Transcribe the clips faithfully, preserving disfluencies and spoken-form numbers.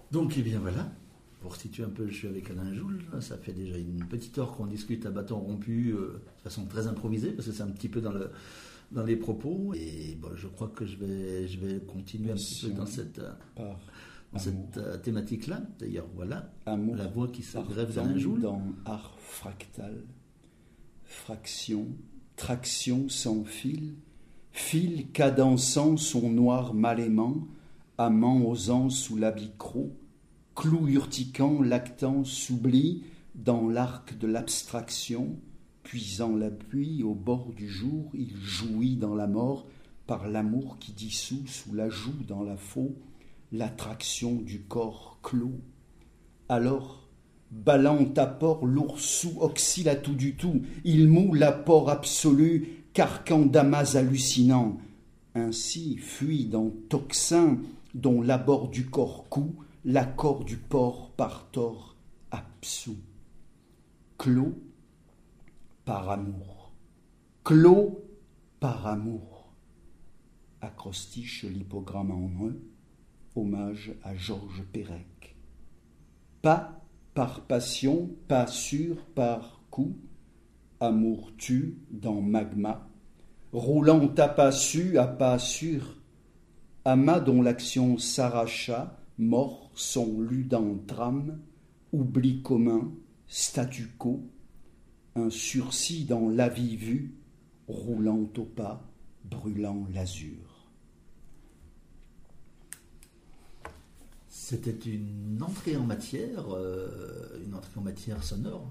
Donc, eh bien voilà, pour situer un peu, je suis avec Alain Joule. Ça fait déjà une petite heure qu'on discute à bâton rompu, euh, de façon très improvisée, parce que c'est un petit peu dans, le, dans les propos. Et bon, je crois que je vais, je vais continuer un petit peu dans cette, par dans cette euh, thématique-là. D'ailleurs, voilà, amour la voix qui se grève d'Alain Joule. Dans art fractal, fraction, traction sans fil, fil cadençant son noir mal aimant, amant osant sous l'habit crot, clou urticant, lactant, s'oublie dans l'arc de l'abstraction, puisant l'appui au bord du jour, il jouit dans la mort par l'amour qui dissout sous l'ajout dans la faux l'attraction du corps clos. Alors, ballant apport, l'oursou oscille à tout du tout, il moue l'apport absolu, carcan d'amas hallucinant. Ainsi fuit dans toxin dont l'abord du corps cou, l'accord du port par tort absous. Clos par amour. Clos par amour. Acrostiche l'hypogramme en un, hommage à Georges Perec. Pas par passion, pas sûr par coup, amour tue dans magma, roulant à pas su, à pas sûr, amas dont l'action s'arracha, mort sont lus dans trame, oubli commun, statu quo, un sursis dans la vie vue, roulant au pas, brûlant l'azur. C'était une entrée en matière, euh, une entrée en matière sonore.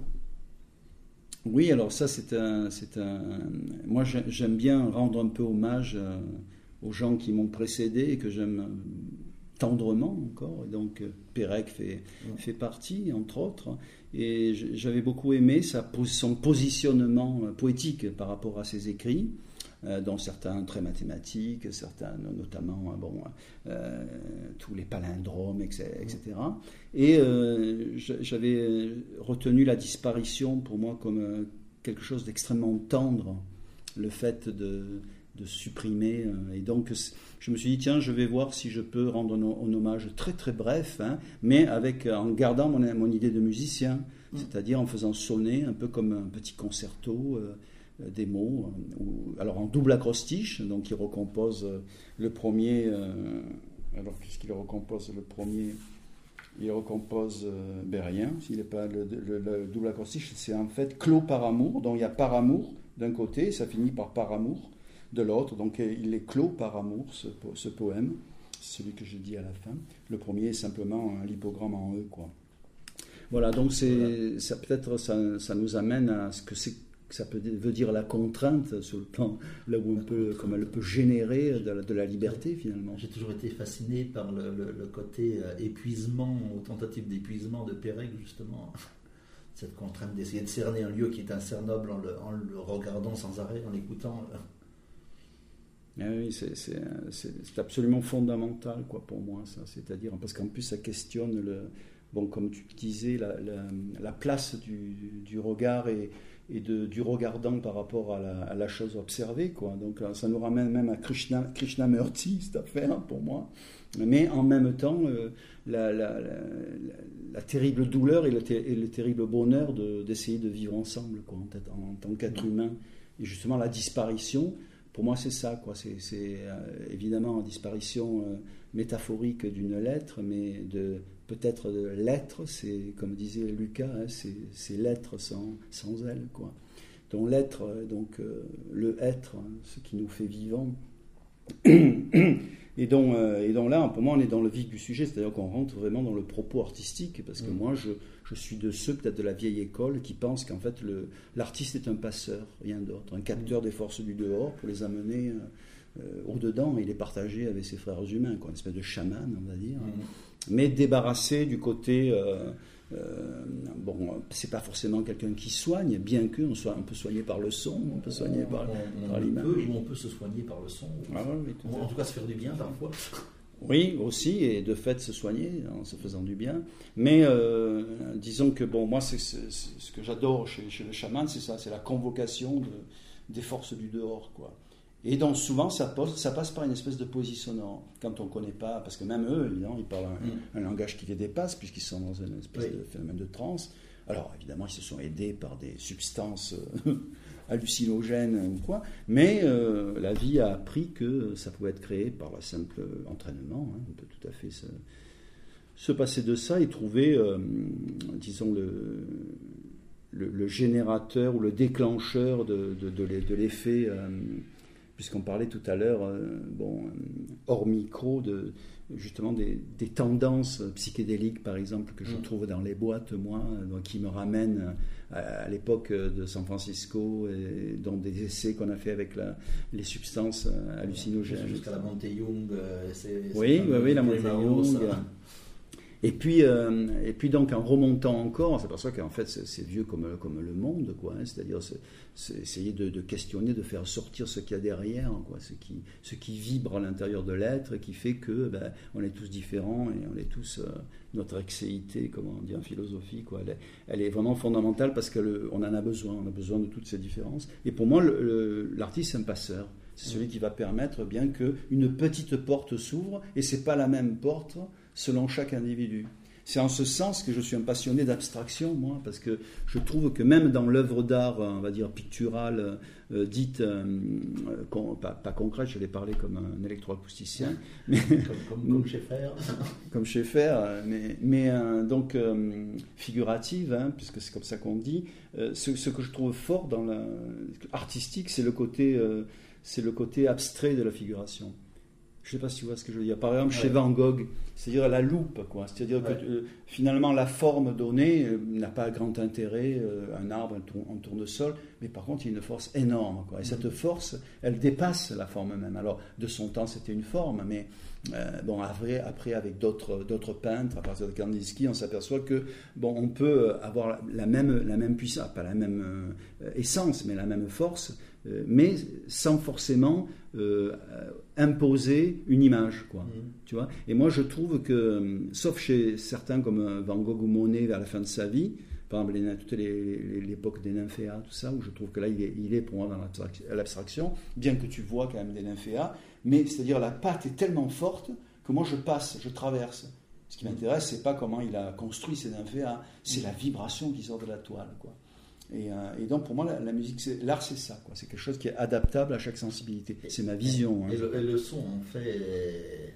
Oui, alors ça c'est un, c'est un. Moi j'aime bien rendre un peu hommage aux gens qui m'ont précédé et que j'aime tendrement encore. Et donc Perec fait, ouais. fait partie, entre autres. Et j'avais beaucoup aimé sa, son positionnement poétique par rapport à ses écrits, euh, dont certains très mathématiques, certains notamment bon, euh, tous les palindromes, et cetera. Et euh, j'avais retenu la disparition pour moi comme quelque chose d'extrêmement tendre, le fait de, de supprimer. Et donc je me suis dit, tiens, je vais voir si je peux rendre un, un hommage très très bref, hein, mais avec, en gardant mon, mon idée de musicien, mmh. c'est-à-dire en faisant sonner un peu comme un petit concerto, euh, des mots, euh, ou, alors en double acrostiche, donc il recompose euh, le premier, euh, alors puisqu'il recompose le premier, il recompose euh, ben rien, s'il n'est pas le, le, le double acrostiche, c'est en fait clos par amour, donc il y a par amour d'un côté, ça finit par par amour de l'autre, donc il est clos par amour, ce, ce poème, celui que je dis à la fin. Le premier est simplement un lipogramme en E, quoi. Voilà, donc c'est, voilà. Ça, peut-être ça, ça nous amène à ce que c'est, que ça peut, veut dire la contrainte sur le plan, là où on peut, comme elle peut générer de la, de la liberté finalement. J'ai toujours été fasciné par le, le, le côté épuisement, ou tentative d'épuisement de Perec, justement. Cette contrainte d'essayer de cerner un lieu qui est incernable en le, en le regardant sans arrêt, en l'écoutant. Ah oui, c'est, c'est, c'est, c'est absolument fondamental, quoi, pour moi, ça. C'est-à-dire, parce qu'en plus, ça questionne, le, bon, comme tu disais, la, la, la place du, du regard et, et de, du regardant par rapport à la, à la chose observée, quoi. Donc, ça nous ramène même à Krishna, Krishnamurti, cette affaire, pour moi. Mais en même temps, euh, la, la, la, la terrible douleur et le, ter, et le terrible bonheur de, d'essayer de vivre ensemble, quoi, en, en tant qu'être humain. Et justement, la disparition. Pour moi, c'est ça, quoi. C'est, c'est euh, évidemment la disparition euh, métaphorique d'une lettre, mais de, peut-être de l'être, c'est, comme disait Lucas, hein, c'est, c'est l'être sans, sans elle, quoi. Donc l'être, donc euh, le être, hein, ce qui nous fait vivants. Et donc, euh, et donc là, pour moi, on est dans le vif du sujet, c'est-à-dire qu'on rentre vraiment dans le propos artistique, parce que mmh. moi, je, je suis de ceux, peut-être de la vieille école, qui pensent qu'en fait, le, l'artiste est un passeur, rien d'autre, un capteur des forces du dehors pour les amener euh, au-dedans, et les partager avec ses frères humains, quoi, une espèce de chaman, on va dire, mmh. mais débarrassé du côté... Euh, Euh, bon, c'est pas forcément quelqu'un qui soigne, bien qu'on soit un peu soigné par le son, on peut soigner par, on, on, par l'image. Peut, on peut se soigner par le son, ah, oui, tout en, en tout cas se faire du bien parfois. Oui, aussi, et de fait se soigner en se faisant du bien. Mais euh, disons que bon, moi, c'est, c'est, c'est ce que j'adore chez, chez le chaman, c'est ça, c'est la convocation de, des forces du dehors, quoi. Et donc souvent ça, pose, ça passe par une espèce de poésie sonore, quand on ne connaît pas, parce que même eux, évidemment, ils parlent un, mm. un langage qui les dépasse, puisqu'ils sont dans une espèce oui. de phénomène de transe. Alors évidemment, ils se sont aidés par des substances hallucinogènes ou quoi, mais euh, la vie a appris que ça pouvait être créé par le simple entraînement. Hein. On peut tout à fait se, se passer de ça et trouver, euh, disons, le... Le, le générateur ou le déclencheur de, de, de, de l'effet, euh, puisqu'on parlait tout à l'heure, euh, bon, hors micro, de, justement des, des tendances psychédéliques, par exemple, que je mmh. trouve dans les boîtes, moi, donc, qui me ramènent à, à l'époque de San Francisco, et dans des essais qu'on a fait avec la, les substances hallucinogènes. Jusqu'à la montée Young. C'est, c'est oui, oui, oui, la montée Young. Et puis, euh, et puis donc en remontant encore, on s'aperçoit qu'en fait c'est, c'est vieux comme, comme le monde, quoi, hein, c'est-à-dire c'est, c'est essayer de, de questionner, de faire sortir ce qu'il y a derrière, quoi, ce, qui, ce qui vibre à l'intérieur de l'être, qui fait que ben, on est tous différents et on est tous, euh, notre excéité, comme on dit en philosophie, quoi, elle, est, elle est vraiment fondamentale parce qu'on en a besoin, on a besoin de toutes ces différences. Et pour moi, le, le, l'artiste c'est un passeur. C'est celui qui va permettre bien qu'une petite porte s'ouvre, et c'est pas la même porte selon chaque individu. C'est en ce sens que je suis un passionné d'abstraction, moi, parce que je trouve que même dans l'œuvre d'art, on va dire picturale, euh, dite, euh, con, pas, pas concrète, je l'ai parlé comme un électroacousticien, mais comme, comme, comme Schaeffer, comme Schaeffer, mais, mais euh, donc euh, figurative, hein, puisque c'est comme ça qu'on dit. Euh, ce, ce que je trouve fort dans la artistique, c'est le côté euh, c'est le côté abstrait de la figuration. Je ne sais pas si tu vois ce que je veux dire. Par exemple, ouais. chez Van Gogh, c'est-à-dire la loupe, quoi. C'est-à-dire ouais. que euh, finalement, la forme donnée euh, n'a pas grand intérêt, euh, un arbre, un, tour, un tournesol, mais par contre, il y a une force énorme, quoi. Et mmh. cette force, elle dépasse la forme même. Alors, de son temps, c'était une forme, mais euh, bon, après, après avec d'autres, d'autres peintres, à partir de Kandinsky, on s'aperçoit que bon, on peut avoir la même, la même puissance, pas la même euh, essence, mais la même force, euh, mais sans forcément euh, imposer une image, quoi. Mmh. Tu vois. Et moi, je trouve que, sauf chez certains comme Van Gogh ou Monet vers la fin de sa vie, par exemple, les, toute les, les, l'époque des nymphéas, tout ça, où je trouve que là, il est, il est pour moi dans l'abstraction, bien que tu vois quand même des nymphéas, mais c'est-à-dire la patte est tellement forte que moi, je passe, je traverse. Ce qui m'intéresse, c'est pas comment il a construit ces nymphéas, c'est la vibration qui sort de la toile, quoi. Et, euh, et donc pour moi la, la musique, c'est, l'art c'est ça, quoi. C'est quelque chose qui est adaptable à chaque sensibilité. C'est ma vision. Et, hein. et, le, et le son en fait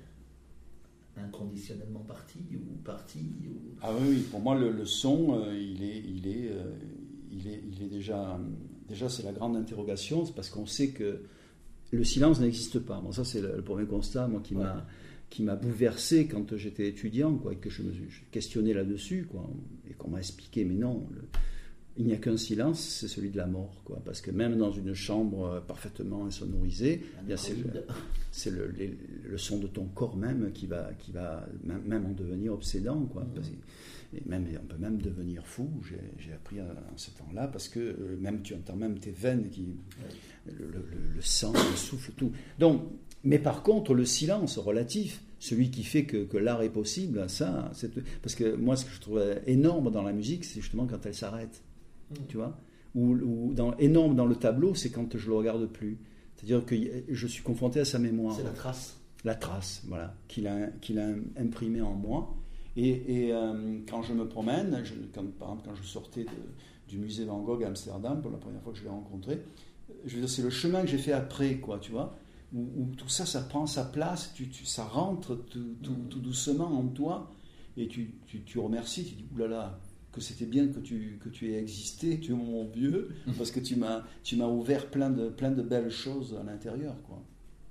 inconditionnellement parti ou parti ou... Ah oui, oui, pour moi le, le son euh, il est, il est, euh, il est, il est déjà, déjà c'est la grande interrogation, c'est parce qu'on sait que le silence n'existe pas. Bon, ça c'est le, le premier constat, moi qui ouais. m'a qui m'a bouleversé quand j'étais étudiant, quoi, et que je me je questionnais là-dessus, quoi, et qu'on m'a expliqué, mais non. Le, Il n'y a qu'un silence, c'est celui de la mort, quoi. Parce que même dans une chambre parfaitement insonorisée, il y a c'est, le, c'est le, le, le son de ton corps même qui va, qui va même, même en devenir obsédant, quoi. Mmh. Parce que, et même, on peut même devenir fou, j'ai, j'ai appris en ce temps-là, parce que euh, même tu entends même tes veines, qui, ouais. le, le, le sang, le souffle, tout. Donc, mais par contre, le silence relatif, celui qui fait que, que l'art est possible, ça, c'est, parce que moi, ce que je trouve énorme dans la musique, c'est justement quand elle s'arrête. Tu vois, ou, ou dans, énorme dans le tableau, c'est quand je le regarde plus. C'est-à-dire que je suis confronté à sa mémoire. C'est la trace. La trace, voilà, qu'il a, qu'il a imprimée en moi. Et, et euh, quand je me promène, je, quand, par exemple, quand je sortais de, du musée Van Gogh à Amsterdam, pour la première fois que je l'ai rencontré, je veux dire, c'est le chemin que j'ai fait après, quoi, tu vois, où, où tout ça, ça prend sa place, tu, tu, ça rentre tout, tout, tout doucement en toi, et tu, tu, tu remercies, tu dis, oulala, que c'était bien que tu, que tu aies existé, tu es mon vieux, parce que tu m'as, tu m'as ouvert plein de, plein de belles choses à l'intérieur, quoi.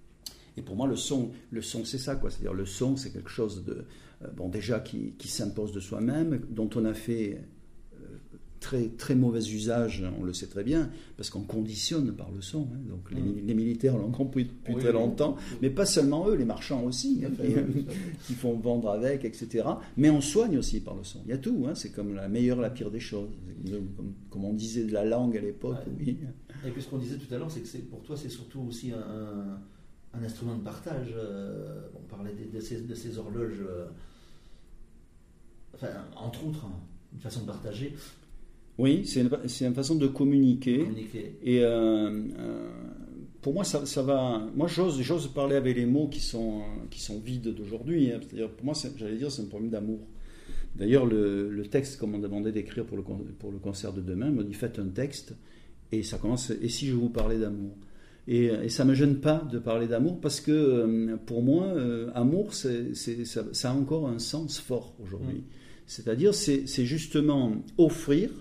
Et pour moi, le son, le son c'est ça, quoi. C'est-à-dire, le son, c'est quelque chose de, euh, bon, déjà qui, qui s'impose de soi-même, dont on a fait euh, très, très mauvais usage, on le sait très bien, parce qu'on conditionne par le son. Hein. Donc, les, les militaires l'ont compris depuis oui, très longtemps, oui, oui. Mais pas seulement eux, les marchands aussi, hein, qui, qui font vendre avec, et cetera. Mais on soigne aussi par le son. Il y a tout, hein. C'est comme la meilleure, la pire des choses. Comme, comme on disait de la langue à l'époque. Ouais. Oui. Et puis ce qu'on disait tout à l'heure, c'est que c'est, pour toi, c'est surtout aussi un, un instrument de partage. Euh, on parlait de, de, ces, de ces horloges, euh, enfin, entre autres, hein, une façon de partager. Oui, c'est une, c'est une façon de communiquer. communiquer. Et euh, euh, pour moi, ça, ça va. Moi, j'ose, j'ose parler avec les mots qui sont, qui sont vides d'aujourd'hui. Hein. C'est-à-dire, pour moi, c'est, j'allais dire, c'est un problème d'amour. D'ailleurs, le, le texte qu'on m'a demandé d'écrire pour le, pour le concert de demain me dit faites un texte et ça commence. Et si je vous parlais d'amour? Et, et ça ne me gêne pas de parler d'amour parce que pour moi, euh, amour, c'est, c'est, ça, ça a encore un sens fort aujourd'hui. Mmh. C'est-à-dire, c'est, c'est justement offrir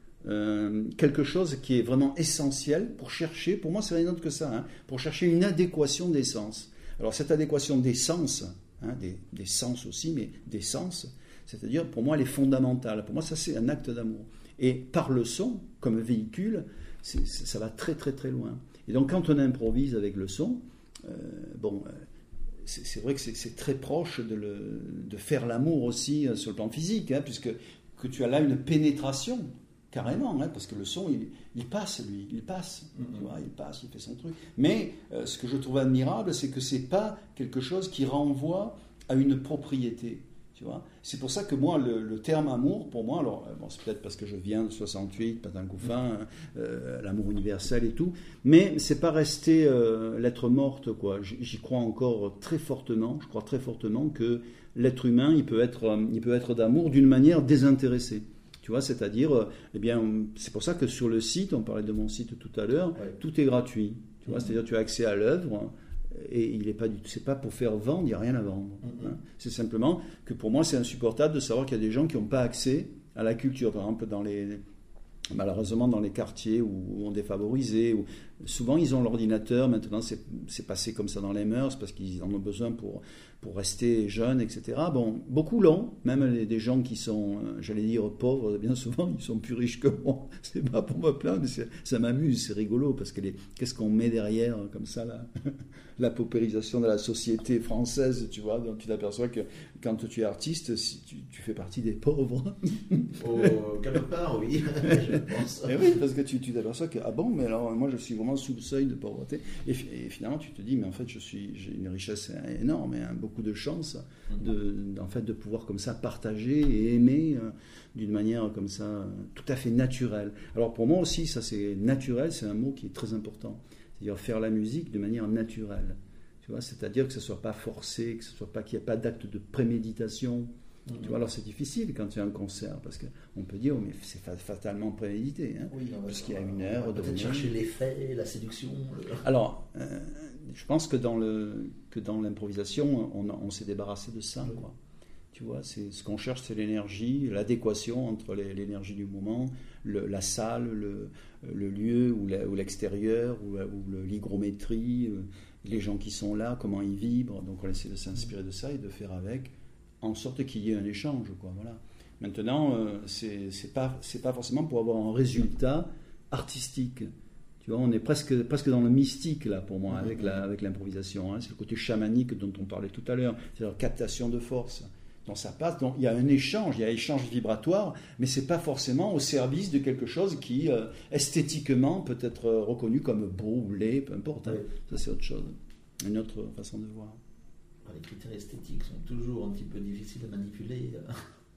euh, quelque chose qui est vraiment essentiel pour chercher, pour moi, c'est rien d'autre que ça, hein, pour chercher une adéquation des sens. Alors, cette adéquation des sens, hein, des, des sens aussi, mais des sens, c'est-à-dire, pour moi, elle est fondamentale. Pour moi, ça, c'est un acte d'amour. Et par le son, comme véhicule, c'est, c'est, ça va très, très, très loin. Et donc, quand on improvise avec le son, euh, bon, euh, c'est, c'est vrai que c'est, c'est très proche de, le, de faire l'amour aussi euh, sur le plan physique, hein, puisque que tu as là une pénétration, carrément, hein, parce que le son, il, il passe, lui, il passe, mm-hmm. tu vois, il passe, il fait son truc. Mais euh, ce que je trouve admirable, c'est que c'est pas quelque chose qui renvoie à une propriété. Tu vois, c'est pour ça que moi, le, le terme amour, pour moi, alors bon, c'est peut-être parce que je viens de soixante-huit, Patin Couffin, euh, l'amour universel et tout, mais c'est pas resté euh, lettre morte, quoi. J'y crois encore très fortement. Je crois très fortement que l'être humain, il peut être, il peut être d'amour d'une manière désintéressée. Tu vois, c'est-à-dire, euh, eh bien, c'est pour ça que sur le site, on parlait de mon site tout à l'heure, ouais. Tout est gratuit. Tu vois, mmh. C'est-à-dire, tu as accès à l'œuvre. Et il est pas du tout, c'est pas pour faire vendre, il n'y a rien à vendre. Mm-hmm. Hein. C'est simplement que pour moi, c'est insupportable de savoir qu'il y a des gens qui n'ont pas accès à la culture. Par exemple, dans les, malheureusement, dans les quartiers où, où on défavorisé, où souvent ils ont l'ordinateur. Maintenant, c'est, c'est passé comme ça dans les mœurs parce qu'ils en ont besoin pour, pour rester jeunes, et cetera. Bon, beaucoup l'ont, même les, des gens qui sont, j'allais dire, pauvres, bien souvent, ils sont plus riches que moi. C'est pas pour me plaindre, mais c'est, ça m'amuse, c'est rigolo parce que les, qu'est-ce qu'on met derrière, comme ça, là la paupérisation de la société française, tu vois, donc tu t'aperçois que quand tu es artiste, si tu, tu fais partie des pauvres. Oh, quelque part, oui, je pense. Et oui, parce que tu, tu t'aperçois que, ah bon, mais alors moi je suis vraiment sous le seuil de pauvreté. Et, et finalement, tu te dis, mais en fait, je suis, j'ai une richesse énorme et hein, beaucoup de chance de, en fait, de pouvoir comme ça partager et aimer euh, d'une manière comme ça, euh, tout à fait naturelle. Alors pour moi aussi, ça c'est naturel, c'est un mot qui est très important. C'est-à-dire faire la musique de manière naturelle. Tu vois, c'est-à-dire que ce ne soit pas forcé, que ce soit pas, qu'il n'y ait pas d'acte de préméditation. Mmh. Tu vois, alors c'est difficile quand il y a un concert, parce qu'on peut dire, oh, mais c'est fatalement prémédité, hein, oui, puisqu'il y a une heure de peut-être chercher l'effet, la séduction. Le... Alors, euh, je pense que dans, le, que dans l'improvisation, on, on s'est débarrassé de ça, quoi. Tu vois, c'est, ce qu'on cherche, c'est l'énergie, l'adéquation entre les, l'énergie du moment, le, la salle, le, le lieu ou, la, ou l'extérieur, ou, ou le, l'hygrométrie, les gens qui sont là, comment ils vibrent. Donc on essaie de s'inspirer de ça et de faire avec, en sorte qu'il y ait un échange, quoi. Voilà. Maintenant, euh, c'est, c'est pas, c'est pas forcément pour avoir un résultat artistique. Tu vois, on est presque, presque dans le mystique, là, pour moi, avec, la, avec l'improvisation. Hein. C'est le côté chamanique dont on parlait tout à l'heure, c'est-à-dire captation de force. Donc ça passe, donc il y a un échange, il y a un échange vibratoire, mais c'est pas forcément au service de quelque chose qui euh, esthétiquement peut être euh, reconnu comme beau ou laid, peu importe. Hein. Oui. Ça c'est autre chose, une autre façon de voir. Les critères esthétiques sont toujours un petit peu difficiles à manipuler, euh,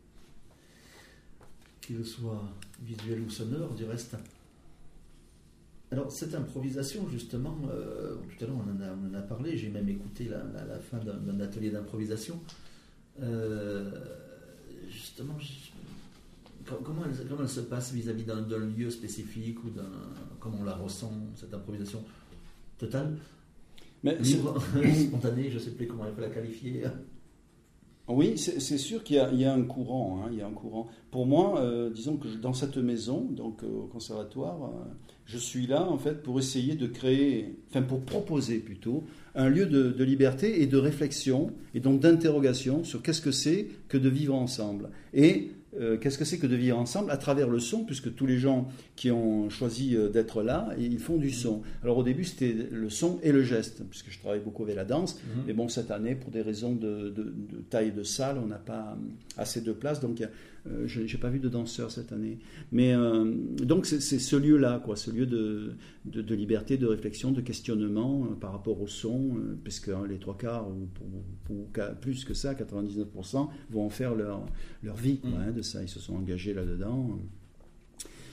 qu'ils soient visuels ou sonores, du reste. Alors cette improvisation justement, euh, tout à l'heure on en a, on en a parlé, j'ai même écouté la, la, la fin d'un, d'un atelier d'improvisation. Euh, justement, je, comment, elle, comment elle se passe vis-à-vis d'un, d'un lieu spécifique ou d'un, comment on la ressent, cette improvisation totale, mais libre, spontanée, je ne sais plus comment il faut la qualifier. Oui, c'est, c'est sûr qu'il y a, il y a un courant, hein, il y a un courant. Pour moi, euh, disons que je, dans cette maison, donc euh, au conservatoire, euh, je suis là en fait pour essayer de créer, enfin pour proposer plutôt, un lieu de, de liberté et de réflexion et donc d'interrogation sur qu'est-ce que c'est que de vivre ensemble. Et euh, qu'est-ce que c'est que de vivre ensemble à travers le son, puisque tous les gens qui ont choisi d'être là, ils font du son. Alors au début, c'était le son et le geste, puisque je travaille beaucoup avec la danse. Mmh. Mais bon, cette année, pour des raisons de, de, de taille de salle, on n'a pas assez de place, donc euh, je n'ai pas vu de danseurs cette année. Mais euh, donc c'est, c'est ce lieu-là, quoi, ce lieu de, de, de liberté, de réflexion, de questionnement euh, par rapport au son, euh, puisque hein, les trois quarts, ou, ou, ou plus que ça, quatre-vingt-dix-neuf pour cent, vont en faire leur, leur vie, quoi, mmh. hein, de ça. Ils se sont engagés là-dedans.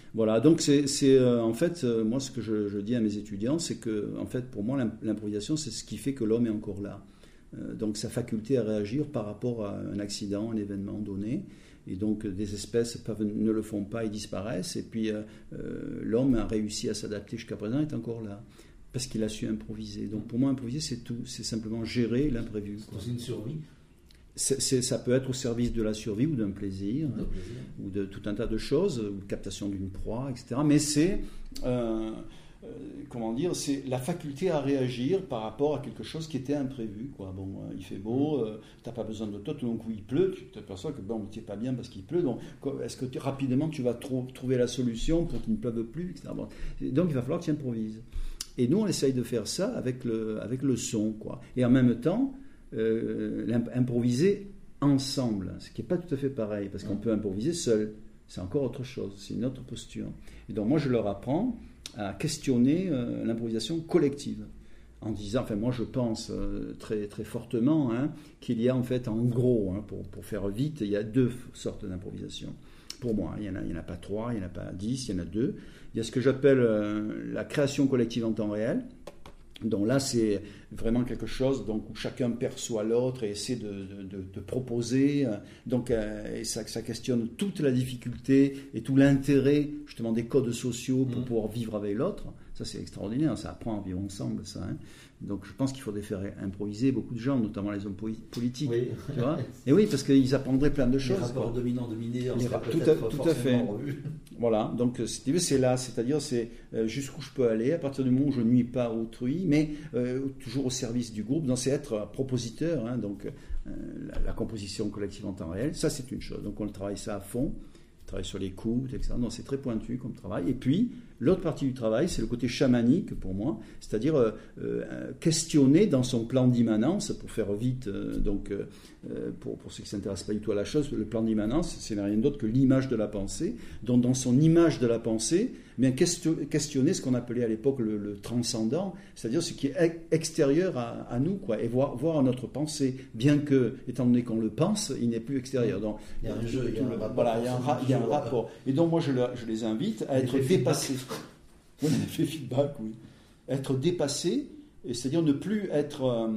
Voilà, donc c'est, c'est euh, en fait, euh, moi ce que je, je dis à mes étudiants, c'est que en fait pour moi l'improvisation c'est ce qui fait que l'homme est encore là. Euh, donc sa faculté à réagir par rapport à un accident, un événement donné. Et donc des espèces peuvent, ne le font pas et disparaissent. Et puis euh, euh, l'homme a réussi à s'adapter jusqu'à présent, est encore là. Parce qu'il a su improviser. Donc pour moi, improviser, c'est tout. C'est simplement gérer l'imprévu. C'est aussi une survie. C'est, c'est, ça peut être au service de la survie ou d'un plaisir, De plaisir. ou de tout un tas de choses, ou de captation d'une proie, et cetera. Mais c'est, euh, euh, comment dire, c'est la faculté à réagir par rapport à quelque chose qui était imprévu. Quoi. Bon, euh, il fait beau, euh, tu n'as pas besoin de toi, tout d'un coup il pleut, tu t'aperçois que bon, tu n'es pas bien parce qu'il pleut. Donc, est-ce que tu, rapidement tu vas trou- trouver la solution pour qu'il ne pleuve plus, et cetera. Bon. Donc il va falloir que tu improvises. Et nous, on essaye de faire ça avec le, avec le son. Quoi. Et en même temps, euh, improviser ensemble, ce qui n'est pas tout à fait pareil, parce qu'on peut improviser seul. C'est encore autre chose, c'est une autre posture. Et donc moi, je leur apprends à questionner euh, l'improvisation collective, en disant, enfin moi je pense euh, très, très fortement hein, qu'il y a en fait, en gros, hein, pour, pour faire vite, il y a deux sortes d'improvisation. Pour moi, il n'y en, en a pas trois, il n'y en a pas dix, il y en a deux. Il y a ce que j'appelle euh, la création collective en temps réel. Donc là, c'est vraiment quelque chose donc, où chacun perçoit l'autre et essaie de, de, de, de proposer. Donc, euh, et ça, ça questionne toute la difficulté et tout l'intérêt justement des codes sociaux pour mmh. pouvoir vivre avec l'autre. Ça, c'est extraordinaire. Ça apprend à vivre ensemble, ça. Hein. Donc, je pense qu'il faudrait faire improviser beaucoup de gens, notamment les hommes politiques. Oui. Tu vois et oui, parce qu'ils apprendraient plein de choses. Les rapports dominants-dominés, tout à, tout à fait. Revus. Voilà. Donc, c'est là, c'est-à-dire, c'est euh, jusqu'où je peux aller à partir du moment où je ne nuis pas à autrui, mais euh, toujours au service du groupe. Donc, c'est être propositeur. Hein, donc, euh, la, la composition collective en temps réel, ça, c'est une chose. Donc, on travaille ça à fond. On travaille sur l'écoute, et cetera. Donc, c'est très pointu comme travail. Et puis, l'autre partie du travail, c'est le côté chamanique pour moi, c'est-à-dire euh, euh, questionner dans son plan d'immanence, pour faire vite, euh, donc euh, pour, pour ceux qui ne s'intéressent pas du tout à la chose, le plan d'immanence, c'est rien d'autre que l'image de la pensée. Donc dans son image de la pensée, bien questionner ce qu'on appelait à l'époque le, le transcendant, c'est-à-dire ce qui est extérieur à, à nous, quoi, et voir, voir notre pensée, bien que, étant donné qu'on le pense, il n'est plus extérieur. Donc, il y a un jeu, il y a un rapport. Voilà, il y a un, ra- il y a un rapport. Et donc moi je, le, je les invite à être dépassés. Oui, l'effet feedback, oui. Être dépassé, c'est-à-dire ne plus être, euh,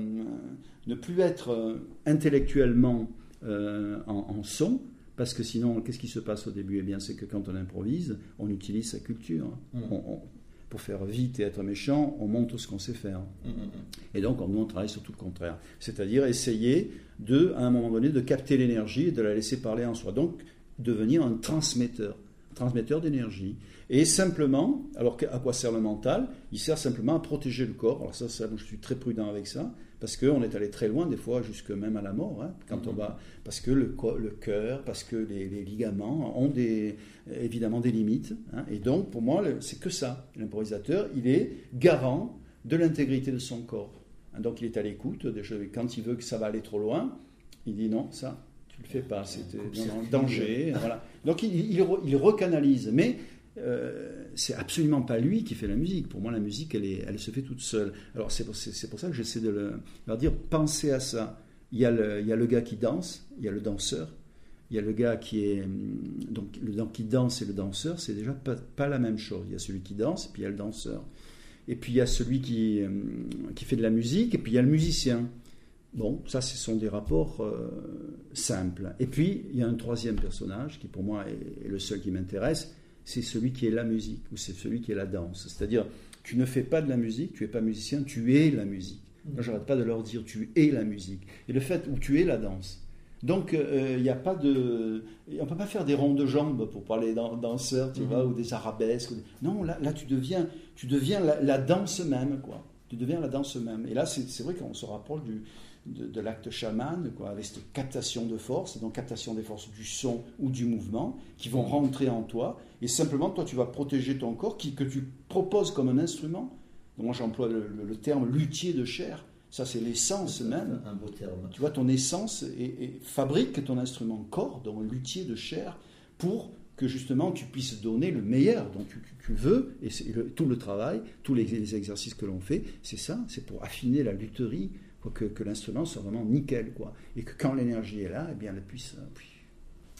ne plus être euh, intellectuellement euh, en, en son, parce que sinon, qu'est-ce qui se passe au début ? Eh bien, c'est que quand on improvise, on utilise sa culture. Mmh. On, on, pour faire vite et être méchant, on montre ce qu'on sait faire. Mmh. Et donc, nous, on travaille sur tout le contraire. C'est-à-dire essayer, de, à un moment donné, de capter l'énergie et de la laisser parler en soi. Donc, devenir un transmetteur. transmetteur d'énergie. Et simplement, alors à quoi sert le mental ? Il sert simplement à protéger le corps. Alors ça, ça je suis très prudent avec ça, parce qu'on est allé très loin, des fois, jusque même à la mort, hein, quand mm-hmm. on va, parce que le, le cœur, parce que les, les ligaments ont des, évidemment des limites. Hein, et donc, pour moi, c'est que ça. L'improvisateur, il est garant de l'intégrité de son corps. Hein, donc, il est à l'écoute. Quand il veut que ça va aller trop loin, il dit non, ça... tu le fais pas, c'était non, non, danger. Voilà. Donc il, il, il recanalise, mais euh, c'est absolument pas lui qui fait la musique. Pour moi, la musique, elle, est, elle se fait toute seule. Alors c'est pour, c'est, c'est pour ça que j'essaie de le, leur dire, pensez à ça. Il y a le, il y a le gars qui danse, il y a le danseur, il y a le gars qui est donc le qui danse et le danseur, c'est déjà pas, pas la même chose. Il y a celui qui danse, et puis il y a le danseur, et puis il y a celui qui qui fait de la musique, et puis il y a le musicien. Bon, ça, ce sont des rapports euh, simples. Et puis, il y a un troisième personnage qui, pour moi, est, est le seul qui m'intéresse, c'est celui qui est la musique, ou c'est celui qui est la danse. C'est-à-dire, tu ne fais pas de la musique, tu n'es pas musicien, tu es la musique. Moi, je n'arrête pas de leur dire, tu es la musique. Et le fait où tu es la danse. Donc, il euh, n'y a pas de... On ne peut pas faire des ronds de jambes pour parler dan- danseurs, tu mm-hmm. vois, ou des arabesques. Ou des... Non, là, là, tu deviens, tu deviens la, la danse même, quoi. Tu deviens la danse même. Et là, c'est, c'est vrai qu'on se rapproche du... De, de l'acte chaman, quoi, avec cette captation de force, donc captation des forces du son ou du mouvement, qui vont rentrer en toi, et simplement, toi, tu vas protéger ton corps, qui, que tu proposes comme un instrument. Donc, moi, j'emploie le, le, le terme luthier de chair. Ça, c'est l'essence c'est même. Un beau terme. Tu vois, ton essence et, et fabrique ton instrument corps, donc luthier de chair, pour que justement tu puisses donner le meilleur dont tu, tu, tu veux, et c'est le, tout le travail, tous les, les exercices que l'on fait, c'est ça, c'est pour affiner la lutherie, pour que, que l'instrument soit vraiment nickel, quoi. Et que quand l'énergie est là, eh bien, elle puisse... Euh, elle n'est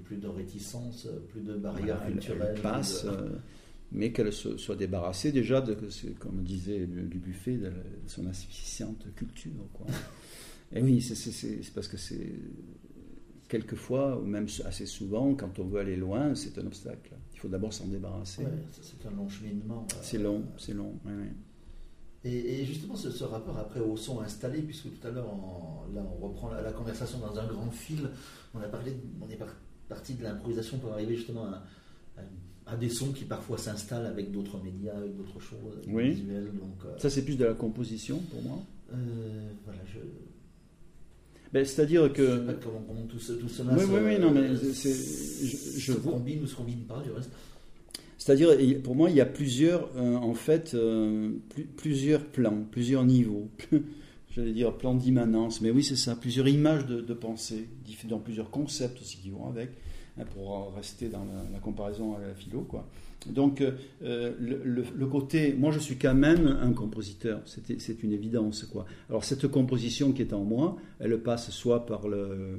plus de réticence, plus de barrières voilà, culturelles. Elle passe, de... euh, mais qu'elle se, soit débarrassée déjà, de, comme disait du buffet, de, de son insuffisante culture. Quoi. Et oui, c'est, c'est, c'est, c'est parce que c'est quelquefois, ou même assez souvent, quand on veut aller loin, c'est un obstacle. Il faut d'abord s'en débarrasser. Ouais, c'est un long cheminement. C'est euh, long, c'est long. Oui, oui. Et, et justement, ce, ce rapport après au son installé, puisque tout à l'heure, on, là, on reprend la, la conversation dans un grand fil. On a parlé, on est par, parti de l'improvisation pour arriver justement à, à, à des sons qui parfois s'installent avec d'autres médias, avec d'autres choses, avec oui. des visuels. Donc, euh, ça, c'est plus de la composition pour moi. Euh, voilà, je. Ben, c'est-à-dire que. Je sais pas comment, comment tout, ce, tout cela oui, se, oui, oui, non, mais c'est, je, je se combine ou se combine pas, du reste. C'est-à-dire, pour moi, il y a plusieurs, euh, en fait, euh, plus, plusieurs plans, plusieurs niveaux. J'allais dire plans d'immanence, mais oui, c'est ça, plusieurs images de, de pensée, dans plusieurs concepts aussi qui vont avec, hein, pour rester dans la, la comparaison à la philo, quoi. Donc, euh, le, le, le côté, moi, je suis quand même un compositeur, c'est, c'est une évidence, quoi. Alors, cette composition qui est en moi, elle passe soit par le,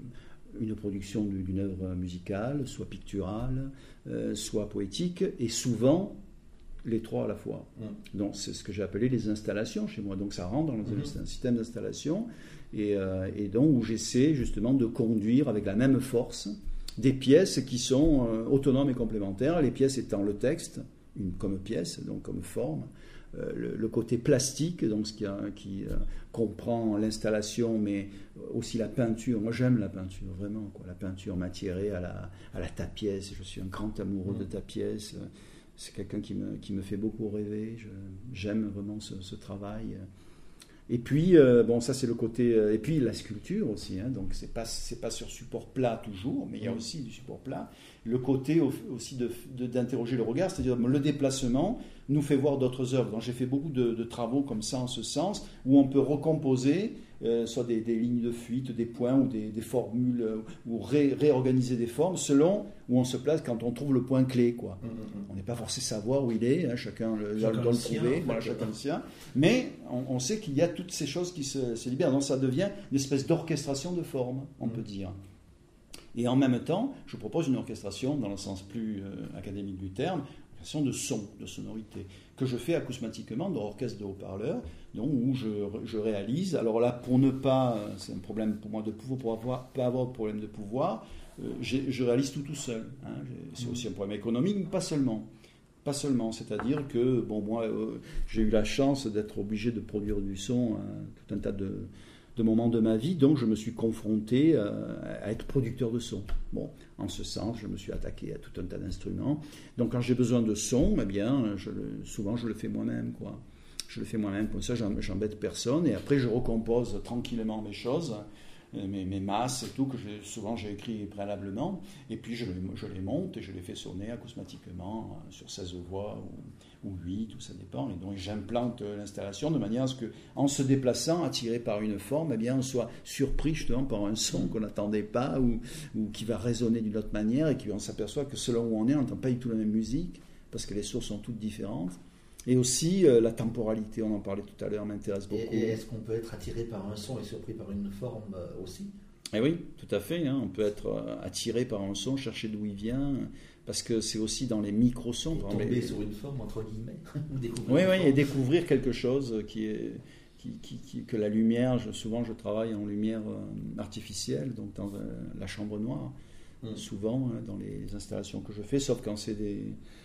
une production d'une œuvre musicale, soit picturale, euh, soit poétique, et souvent les trois à la fois. Mmh. Donc, c'est ce que j'ai appelé les installations chez moi. Donc, ça rentre dans mmh. un système d'installation, et, euh, et donc où j'essaie justement de conduire avec la même force des pièces qui sont euh, autonomes et complémentaires, les pièces étant le texte, une, comme pièce, donc comme forme, euh, le, le côté plastique, donc ce qui, a, qui euh, comprend l'installation, mais aussi la peinture. Moi, j'aime la peinture, vraiment, quoi. La peinture matiérée à la, à la tapièce. Je suis un grand amoureux mmh. de tapièce. C'est quelqu'un qui me, qui me fait beaucoup rêver. Je, j'aime vraiment ce, ce travail. Et puis, euh, bon, ça c'est le côté... Euh, et puis la sculpture aussi, hein, donc c'est pas, c'est pas sur support plat toujours, mais il y a aussi du support plat. Le côté au, aussi de, de, d'interroger le regard, c'est-à-dire le déplacement nous fait voir d'autres œuvres. Donc j'ai fait beaucoup de, de travaux comme ça en ce sens, où on peut recomposer euh, soit des, des lignes de fuite, des points ou des, des formules, euh, ou ré, réorganiser des formes selon où on se place quand on trouve le point clé, quoi. Mmh, mmh. On n'est pas forcé savoir où il est, hein, chacun le, chacun doit le sien, trouver, voilà, chacun le sien. Mais on, on sait qu'il y a toutes ces choses qui se, se libèrent. Donc ça devient une espèce d'orchestration de formes, on mmh. peut dire. Et en même temps, je propose une orchestration, dans le sens plus euh, académique du terme, orchestration de son, de sonorité, que je fais acousmatiquement dans l'orchestre de haut-parleurs, donc où je, je réalise. Alors là, pour ne pas, c'est un problème pour moi de pouvoir, pour avoir, pas avoir de problème de pouvoir, euh, je réalise tout tout seul. Hein. C'est aussi un problème économique, mais pas seulement. Pas seulement, c'est-à-dire que, bon, moi, euh, j'ai eu la chance d'être obligé de produire du son, hein, tout un tas de... de moments de ma vie, donc je me suis confronté euh, à être producteur de son. Bon, en ce sens, je me suis attaqué à tout un tas d'instruments. Donc quand j'ai besoin de son, eh bien, je le, souvent je le fais moi-même, quoi. Je le fais moi-même, comme ça j'embête personne, et après je recompose tranquillement mes choses, mes, mes masses et tout, que j'ai, souvent j'ai écrit préalablement, et puis je, je les monte et je les fais sonner acousmatiquement sur seize voix ou, ou huit, tout ça dépend, et donc j'implante l'installation de manière à ce qu'en se déplaçant, attiré par une forme, eh bien on soit surpris justement par un son qu'on n'attendait pas, ou, ou qui va résonner d'une autre manière, et qu'on s'aperçoit que selon où on est, on n'entend pas du tout la même musique, parce que les sources sont toutes différentes. Et aussi, euh, la temporalité, on en parlait tout à l'heure, m'intéresse beaucoup. Et, et est-ce qu'on peut être attiré par un son et surpris par une forme euh, aussi ? Eh oui, tout à fait. Hein. On peut être euh, attiré par un son, chercher d'où il vient, parce que c'est aussi dans les micro-sons. Et tomber les... sur une forme, entre guillemets, ou découvrir Oui, oui, forme. et découvrir quelque chose qui est... Qui, qui, qui, que la lumière, je, souvent je travaille en lumière euh, artificielle, donc dans euh, la chambre noire, mmh. souvent hein, dans les installations que je fais, sauf quand c'est des...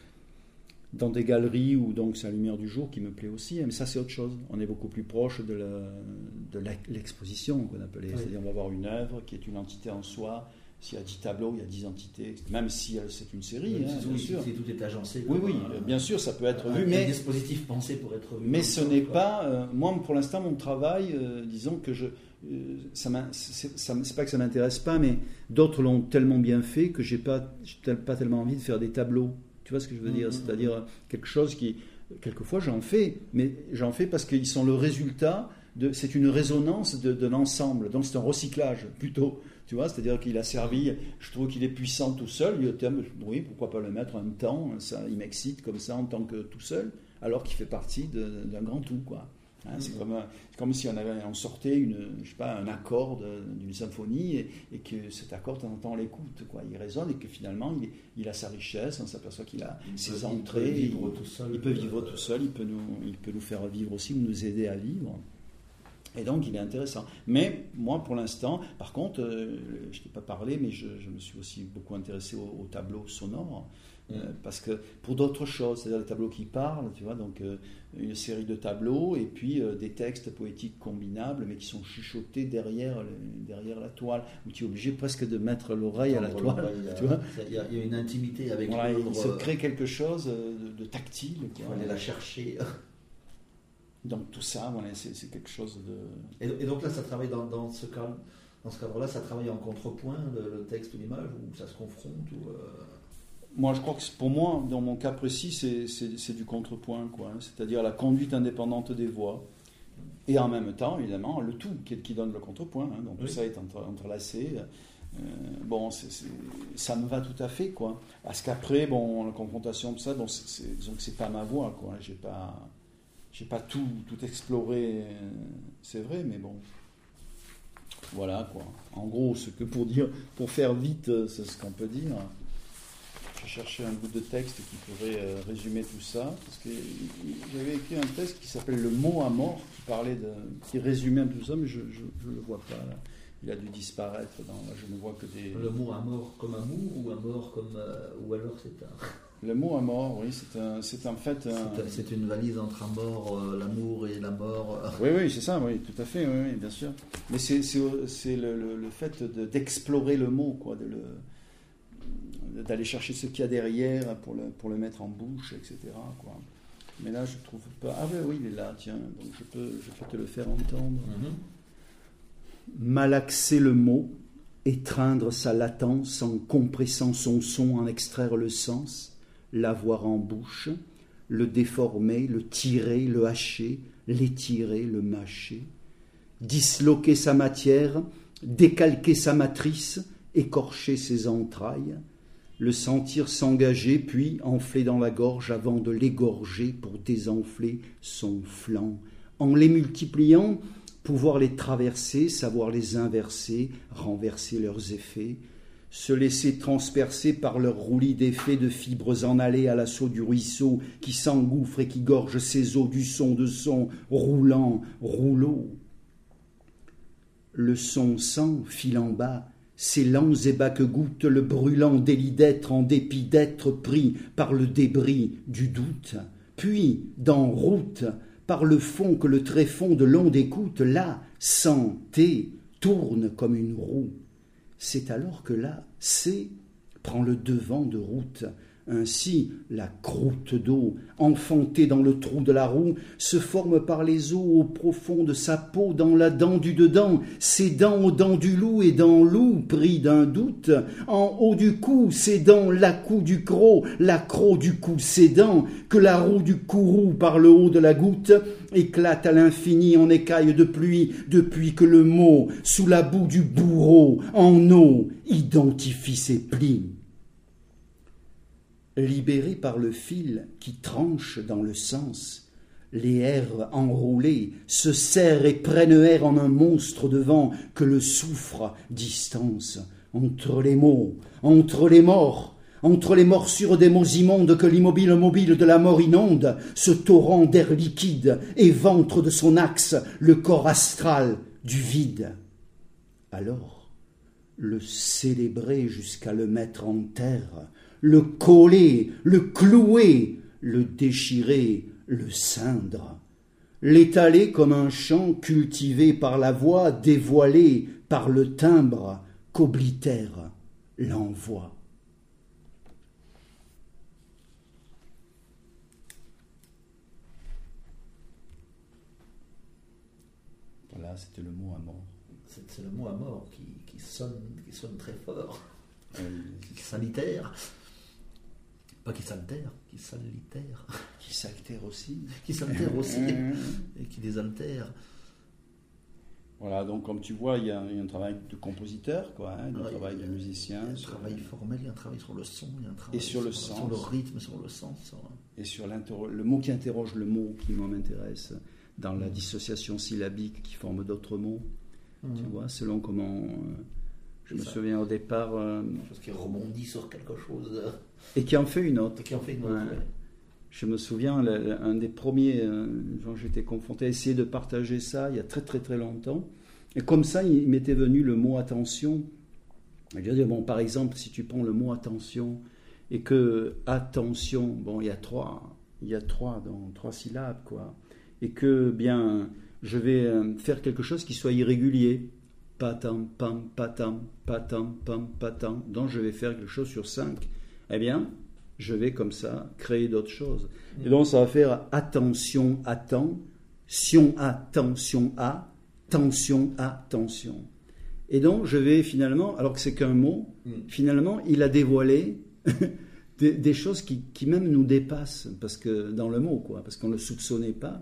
dans des galeries où donc c'est la lumière du jour qui me plaît aussi, mais ça c'est autre chose. On est beaucoup plus proche de, la, de la, l'exposition qu'on appelait, oui. C'est-à-dire on va voir une œuvre qui est une entité en soi. S'il y a dix tableaux, il y a dix entités, même si c'est une série, oui, hein, bien sûr. Si tout est agencé. Oui, oui, un, bien sûr, ça peut être vu, mais un dispositif pensé pour être vu. Mais ce n'est quoi. pas, euh, moi pour l'instant, mon travail, euh, disons que je, euh, ça, c'est, ça, c'est pas que ça m'intéresse pas, mais d'autres l'ont tellement bien fait que j'ai pas, j'ai pas tellement envie de faire des tableaux. Tu vois ce que je veux dire ? Mmh, C'est-à-dire mmh. quelque chose qui, quelquefois j'en fais, mais j'en fais parce qu'ils sont le résultat de, c'est une résonance de, de l'ensemble. Donc c'est un recyclage plutôt. Tu vois, c'est-à-dire qu'il a servi, je trouve qu'il est puissant tout seul. Il dit, oui, pourquoi pas le mettre en même temps ? Ça, il m'excite comme ça en tant que tout seul, alors qu'il fait partie de, d'un grand tout, quoi. Hein, c'est, comme, c'est comme si on, avait, on sortait une, je sais pas, un accord de, d'une symphonie et, et que cet accord, de temps en temps, on l'écoute, quoi. Il résonne et que finalement, il, il a sa richesse, on s'aperçoit qu'il a il ses peut, entrées. Il peut vivre tout seul. Il peut vivre tout seul, il peut, nous, il peut nous faire vivre aussi ou nous aider à vivre. Et donc, il est intéressant. Mais moi, pour l'instant, par contre, euh, je ne t'ai pas parlé, mais je, je me suis aussi beaucoup intéressé au, au tableau sonore. Euh, parce que pour d'autres choses, c'est-à-dire le tableau qui parle, tu vois, donc euh, une série de tableaux et puis euh, des textes poétiques combinables, mais qui sont chuchotés derrière, le, derrière la toile, où tu es obligé presque de mettre l'oreille à la toile. Tu vois, il y, a, il y a une intimité avec voilà, l'œuvre. Il se crée quelque chose de, de tactile. Il faut aller la chercher. Donc tout ça, voilà, c'est, c'est quelque chose de... Et, et donc là, ça travaille dans, dans ce cadre, dans ce cadre-là, ça travaille en contrepoint, le, le texte ou l'image, ou ça se confronte ou, euh... Moi, je crois que pour moi, dans mon cas précis, c'est, c'est, c'est du contrepoint, quoi. Hein. C'est-à-dire la conduite indépendante des voix. Et en même temps, évidemment, le tout qui, qui donne le contrepoint. Hein. Donc oui. Tout ça est entre, entrelacé. Euh, bon, c'est, c'est, ça me va tout à fait, quoi. Parce qu'après, bon, la confrontation, tout ça, bon, c'est, c'est, disons que c'est pas ma voix, quoi. J'ai pas, j'ai pas tout, tout exploré, c'est vrai, mais bon. Voilà, quoi. En gros, ce que pour dire, pour faire vite, c'est ce qu'on peut dire. Je cherchais un bout de texte qui pourrait euh, résumer tout ça, parce que j'avais écrit un texte qui s'appelle Le mot à mort, qui parlait de, qui résumait un peu tout ça, mais je ne le vois pas là. Il a dû disparaître. Dans, là, je ne vois que des. Le mot à mort comme amour ou à mort comme euh, ou alors c'est un. Le mot à mort, oui, c'est un, c'est en fait. Un... C'est, c'est une valise entre un mort, euh, l'amour et la mort. Oui, oui, c'est ça, oui, tout à fait, oui, oui bien sûr. Mais c'est, c'est, c'est le, le, le fait de, d'explorer le mot, quoi, de le. D'aller chercher ce qu'il y a derrière pour le, pour le mettre en bouche, et cetera. Quoi. Mais là, je ne trouve pas... Ah oui, oui, il est là, tiens, donc je peux, je peux te le faire entendre. Mm-hmm. Malaxer le mot, étreindre sa latence en compressant son son, en extraire le sens, l'avoir en bouche, le déformer, le tirer, le hacher, l'étirer, le mâcher, disloquer sa matière, décalquer sa matrice, écorcher ses entrailles, le sentir s'engager, puis enfler dans la gorge avant de l'égorger pour désenfler son flanc. En les multipliant, pouvoir les traverser, savoir les inverser, renverser leurs effets, se laisser transpercer par leur roulis d'effets de fibres en allées à l'assaut du ruisseau qui s'engouffre et qui gorge ses eaux du son de son roulant, rouleau. Le son sang, fil en bas, ces lents ébats que goûte le brûlant délit d'être en dépit d'être pris par le débris du doute. Puis, dans route, par le fond que le tréfonds de l'onde écoute, la santé tourne comme une roue. C'est alors que la C prend le devant de route. Ainsi, la croûte d'eau, enfantée dans le trou de la roue, se forme par les os au profond de sa peau, dans la dent du dedans, ses dents aux dents du loup, et dans loup, pris d'un doute, en haut du cou, ses dents, la cou du croc, la croc du cou, ses dents, que la roue du courroux par le haut de la goutte, éclate à l'infini en écailles de pluie, depuis que le mot, sous la boue du bourreau, en eau, identifie ses plis. Libéré par le fil qui tranche dans le sens, les airs enroulés se serrent et prennent air en un monstre de vent que le soufre distance. Entre les mots, entre les morts, entre les morsures des mots immondes que l'immobile mobile de la mort inonde, ce torrent d'air liquide éventre de son axe le corps astral du vide. Alors, le célébrer jusqu'à le mettre en terre, le coller, le clouer, le déchirer, le cindre, l'étaler comme un chant cultivé par la voix, dévoilé par le timbre qu'oblitère l'envoi. Voilà, c'était le mot à mort. C'est, c'est le mot à mort qui, qui, sonne, qui sonne très fort, oui. Qui s'alitère. Pas qui s'altère, qui s'alitère. Qui s'altère aussi. Qui s'altère aussi. Et qui désaltère. Voilà, donc comme tu vois, il y a, il y a un travail de compositeur, quoi, hein, un ouais, travail de musicien. Il y a un sur... travail formel, il y a un travail sur le son, il y a un travail et sur, sur le sens. Sur le rythme, sur le sens. Sur... Et sur le mot qui interroge le mot qui moi m'intéresse. dans la dissociation syllabique qui forme d'autres mots, mmh. tu vois, selon comment... Euh, je me ça. souviens au départ... Euh, quelque chose qui rebondit sur quelque chose. Et qui en fait une autre. Et qui en fait une autre, ouais. ouais. Je me souviens, le, le, un des premiers, euh, quand j'étais confronté à essayer de partager ça, il y a très très très longtemps. Et comme ça, il m'était venu le mot attention. Je veux dire, bon, par exemple, si tu prends le mot attention, et que attention, bon, il y a trois, il y a trois, dans trois syllabes, quoi. Et que, bien, je vais faire quelque chose qui soit irrégulier. Patam, pam, patam, patam, pam, patam. Donc, je vais faire quelque chose sur cinq. Eh bien, je vais comme ça créer d'autres choses. Et donc, ça va faire attention, attends, sion, attention, à, tension, attention. Et donc, je vais finalement, alors que c'est qu'un mot, mm. finalement, il a dévoilé des, des choses qui, qui même nous dépassent, parce que dans le mot, quoi, parce qu'on ne le soupçonnait pas,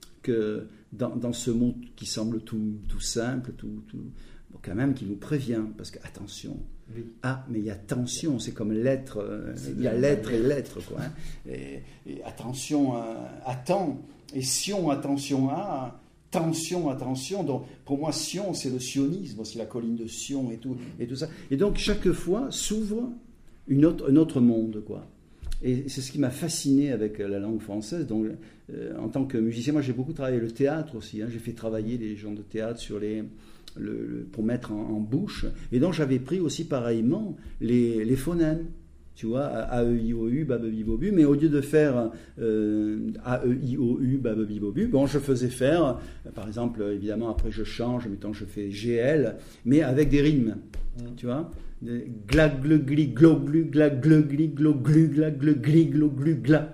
que dans, dans ce mot qui semble tout, tout simple, tout, tout, bon, quand même, qui nous prévient, parce que, attention, oui. ah, mais il y a tension, c'est comme lettre, euh, il y a lettre et lettre, quoi. Hein, et, et attention, euh, attends, et sion, attention à... Tension, attention. Donc, pour moi, Sion, c'est le sionisme, c'est la colline de Sion et tout, et tout ça. Et donc, chaque fois s'ouvre une autre, un autre monde, quoi. Et c'est ce qui m'a fasciné avec la langue française. Donc, euh, en tant que musicien, moi, j'ai beaucoup travaillé le théâtre aussi. Hein. J'ai fait travailler les gens de théâtre sur les, le, le, pour mettre en, en bouche. Et donc, j'avais pris aussi pareillement les, les phonèmes. Tu vois, A, E, I, O, U, bababibobu, mais au lieu de faire euh, A, E, I, O, U, bababibobu, bon, je faisais faire, euh, par exemple, évidemment, après je change, mettons, je fais G L, mais avec des rimes, mmh. tu vois, gla, gle, gli, glo, glu, gla, gle, gli, glo, glu, gla, gle, gli, glo, glu, gla,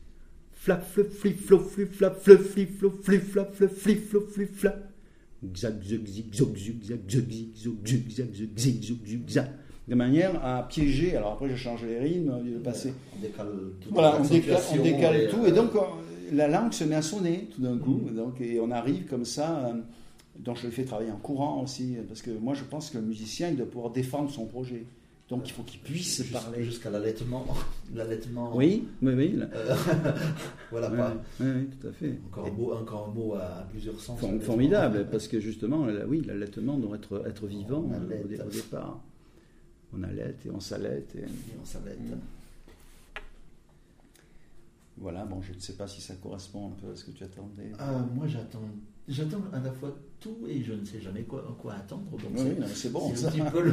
flap, flip, flip, flop, flip, flap, flip, flip, flop, flip, flap, flip, flip, flop, flip, flap, zag, zag, zig, zog, zug, zag, zag, zig, zog, zug, zag, zag, zig, zog, zug, zag. De manière à piéger. Alors après, je change les rimes, de passer. On décale tout. Voilà, on décale, on décale et tout. Et donc, la langue se met à sonner tout d'un coup. Mmh. Donc, et on arrive comme ça. Euh, donc, je le fais travailler en courant aussi. Parce que moi, je pense que le musicien, il doit pouvoir défendre son projet. Donc, il faut qu'il puisse Juste, parler. Jusqu'à l'allaitement. l'allaitement. Oui, oui, oui. Euh, voilà, oui, pas. Oui, oui, tout à fait. Encore un mot, encore un mot à plusieurs sens. Formidable, parce que justement, oui, l'allaitement doit être, être vivant au, au départ. On allait et on s'allait. Et... et on s'allait. Voilà, bon, je ne sais pas si ça correspond un peu à ce que tu attendais. Euh, moi, j'attends, j'attends à la fois tout et je ne sais jamais quoi, quoi attendre. Donc oui, c'est, non, c'est bon. C'est ça. un petit peu. Il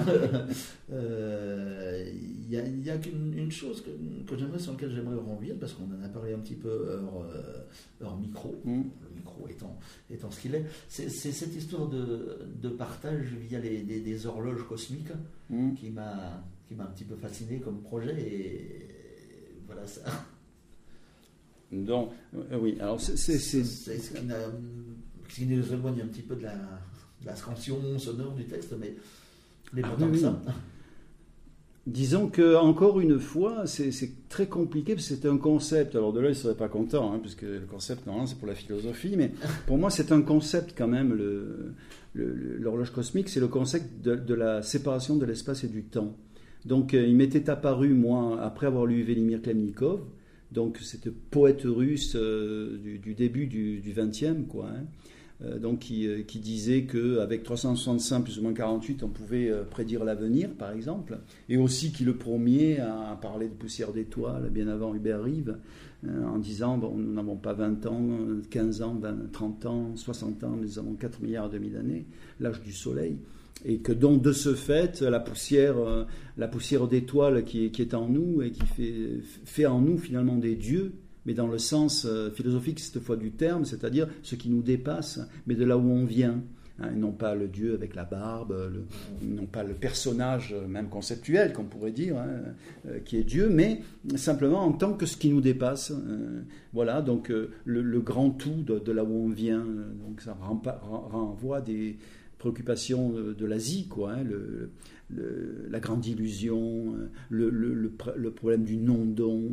euh, y a, y a qu'une une chose que, que j'aimerais, sur laquelle j'aimerais revenir, parce qu'on en a parlé un petit peu hors, hors micro, mm. le micro étant, étant ce qu'il est. C'est, c'est cette histoire de, de partage via les, des, des horloges cosmiques mm. qui, m'a, qui m'a un petit peu fasciné comme projet. Et voilà ça. Donc, euh, oui, alors c'est... c'est, c'est... c'est ce, qui ce qui nous éloigne un petit peu de la, de la scansion sonore du texte, mais, mais pas tant ah, oui, que ça. Oui. Disons que encore une fois, c'est, c'est très compliqué, parce que c'est un concept. Alors de là, il ne serait pas content, hein, puisque le concept, normalement, c'est pour la philosophie, mais pour moi, c'est un concept quand même, le, le, l'horloge cosmique, c'est le concept de, de la séparation de l'espace et du temps. Donc, euh, il m'était apparu, moi, après avoir lu Velimir Klemnikov, donc c'était poète russe euh, du, du début du vingtième, quoi, hein, euh, donc qui, euh, qui disait qu'avec trois cent soixante-cinq plus ou moins quarante-huit, on pouvait euh, prédire l'avenir, par exemple, et aussi qui le premier à, à parler de poussière d'étoiles bien avant Hubert Reeves, euh, en disant bon, nous n'avons pas vingt ans, quinze ans, vingt, trente ans, soixante ans, nous avons quatre milliards et demi d'années, l'âge du soleil. Et que donc de ce fait, la poussière, euh, la poussière d'étoiles qui est, qui est en nous et qui fait, fait en nous finalement des dieux, mais dans le sens euh, philosophique cette fois du terme, c'est-à-dire ce qui nous dépasse, mais de là où on vient. Hein, et non pas le dieu avec la barbe, le, non pas le personnage même conceptuel qu'on pourrait dire, hein, euh, qui est Dieu, mais simplement en tant que ce qui nous dépasse. Euh, voilà, donc euh, le, le grand tout de, de là où on vient. Euh, donc ça renvoie, renvoie des préoccupations de, de l'Asie, quoi, hein, le, le, la grande illusion, le, le, le, le problème du non-don,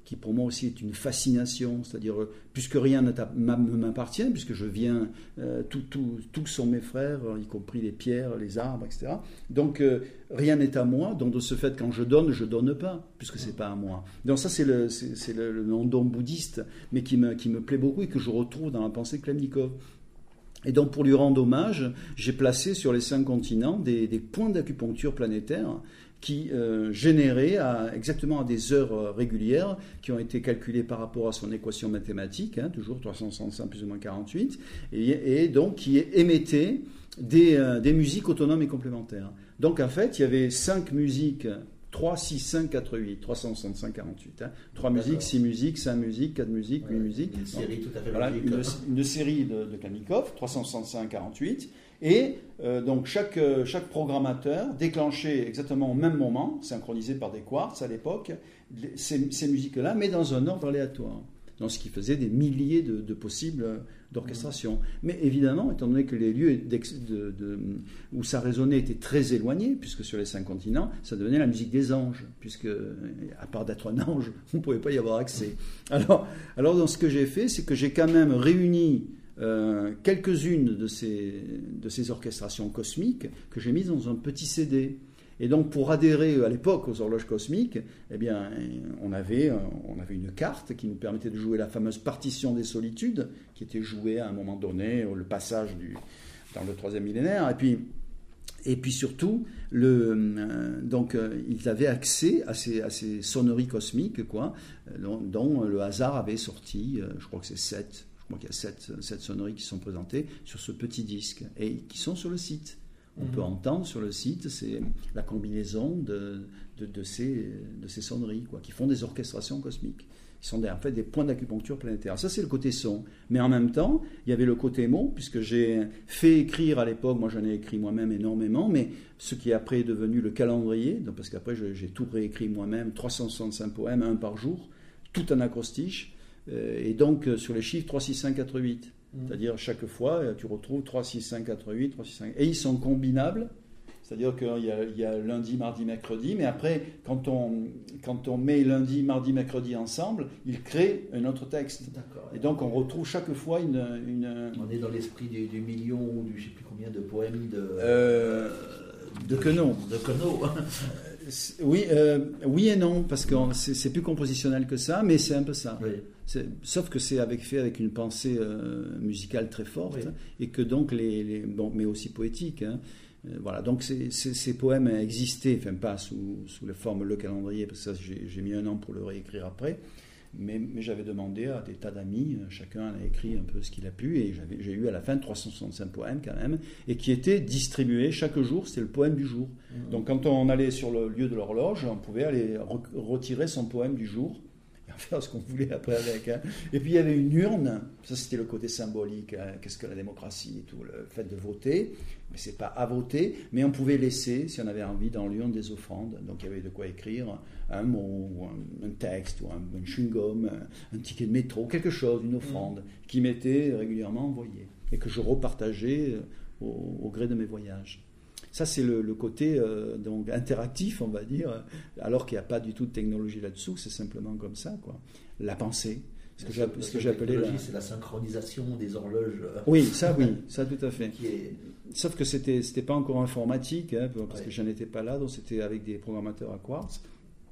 qui pour moi aussi est une fascination, c'est-à-dire puisque rien ne m'appartient, puisque je viens, euh, tout, tout, tous sont mes frères, y compris les pierres, les arbres, et cetera. Donc euh, rien n'est à moi, donc de ce fait quand je donne, je donne pas, puisque c'est pas à moi. Donc ça c'est le, c'est, c'est le, le non-don bouddhiste, mais qui me, qui me plaît beaucoup et que je retrouve dans la pensée de Khlebnikov. Et donc pour lui rendre hommage, j'ai placé sur les cinq continents des, des points d'acupuncture planétaires qui euh, généraient à, exactement à des heures euh, régulières, qui ont été calculées par rapport à son équation mathématique, hein, toujours trois cent soixante-cinq plus ou moins quarante-huit, et, et donc qui émettaient des, euh, des musiques autonomes et complémentaires. Donc en fait, il y avait cinq musiques, trois, six, cinq, quatre, huit, trois cent soixante-cinq, quarante-huit. Hein. trois musiques, six musiques, cinq musiques, quatre musiques, huit ouais, musiques. Une série donc, tout à fait voilà, logique. Une, une série de, de Khlebnikov, trois cent soixante-cinq, quarante-huit. Et euh, donc chaque, chaque programmateur déclenchait exactement au même moment, synchronisé par des quartz à l'époque, ces, ces musiques-là, mais dans un ordre aléatoire. Donc ce qui faisait des milliers de, de possibles d'orchestration. Mais évidemment, étant donné que les lieux de, de, où ça résonnait étaient très éloignés, puisque sur les cinq continents, ça devenait la musique des anges, puisque à part d'être un ange, on ne pouvait pas y avoir accès. Alors, alors dans ce que j'ai fait, c'est que j'ai quand même réuni Euh, quelques-unes de ces, de ces orchestrations cosmiques que j'ai mises dans un petit C D. Et donc pour adhérer à l'époque aux horloges cosmiques, eh bien, on avait, on avait une carte qui nous permettait de jouer la fameuse partition des solitudes, qui était jouée à un moment donné, le passage du, dans le troisième millénaire. Et puis, et puis surtout, le, euh, donc, euh, ils avaient accès à ces, à ces sonneries cosmiques, quoi, dont, dont le hasard avait sorti, euh, je crois que c'est sept. Donc il y a sept, sept sonneries qui sont présentées sur ce petit disque et qui sont sur le site. On mmh. peut entendre sur le site, c'est la combinaison de, de, de, ces, de ces sonneries, quoi, qui font des orchestrations cosmiques. Ils sont des, en fait des points d'acupuncture planétaire. Ça, c'est le côté son. Mais en même temps, il y avait le côté mot, puisque j'ai fait écrire à l'époque, moi j'en ai écrit moi-même énormément, mais ce qui après est devenu le calendrier, donc parce qu'après j'ai tout réécrit moi-même, trois cent soixante-cinq poèmes, un par jour, tout en acrostiche. Et donc sur les chiffres trois, six, cinq, quatre, huit. Mmh. C'est-à-dire chaque fois tu retrouves trois, six, cinq, quatre, huit, trois, six, cinq. Et ils sont combinables. C'est-à-dire qu'il y a, il y a lundi, mardi, mercredi. Mais après, quand on, quand on met lundi, mardi, mercredi ensemble, il crée un autre texte. D'accord. Et donc on retrouve chaque fois une... une... On est dans l'esprit du, du million ou du je ne sais plus combien de poèmes de... Euh, de, de Queneau. De Queneau. Oui, euh, oui et non, parce que c'est, c'est plus compositionnel que ça, mais c'est un peu ça. Oui. C'est, sauf que c'est avec, fait avec une pensée euh, musicale très forte, oui. Et que donc les, les bon, mais aussi poétique. Hein. Euh, voilà, donc c'est, c'est, ces poèmes existaient, enfin pas sous, sous la forme Le Calendrier, parce que ça j'ai, j'ai mis un an pour le réécrire après. Mais, mais j'avais demandé à des tas d'amis, chacun a écrit un peu ce qu'il a pu, et j'avais, j'ai eu à la fin trois cent soixante-cinq poèmes quand même, et qui étaient distribués chaque jour, c'était le poème du jour. Mmh. Donc quand on allait sur le lieu de l'horloge, on pouvait aller re- retirer son poème du jour, et en faire ce qu'on voulait après avec. Hein. Et puis il y avait une urne, ça c'était le côté symbolique, hein. Qu'est-ce que la démocratie et tout, le fait de voter, mais c'est pas à voter, mais on pouvait laisser, si on avait envie, dans l'urne des offrandes, donc il y avait de quoi écrire un mot, ou un, un texte, ou un, un chewing-gum, un, un ticket de métro, quelque chose, une offrande, mmh. qui m'était régulièrement envoyée, et que je repartageais au, au gré de mes voyages. Ça, c'est le, le côté euh, donc, interactif, on va dire, alors qu'il n'y a pas du tout de technologie là-dessous, c'est simplement comme ça, quoi. La pensée, ce que, j'app- ce que j'appelais... La... c'est la synchronisation des horloges. Oui, ça, oui, ça tout à fait. Qui est... Sauf que c'était, c'était pas encore informatique, hein, parce ouais. que j'en étais pas là, donc c'était avec des programmateurs à quartz.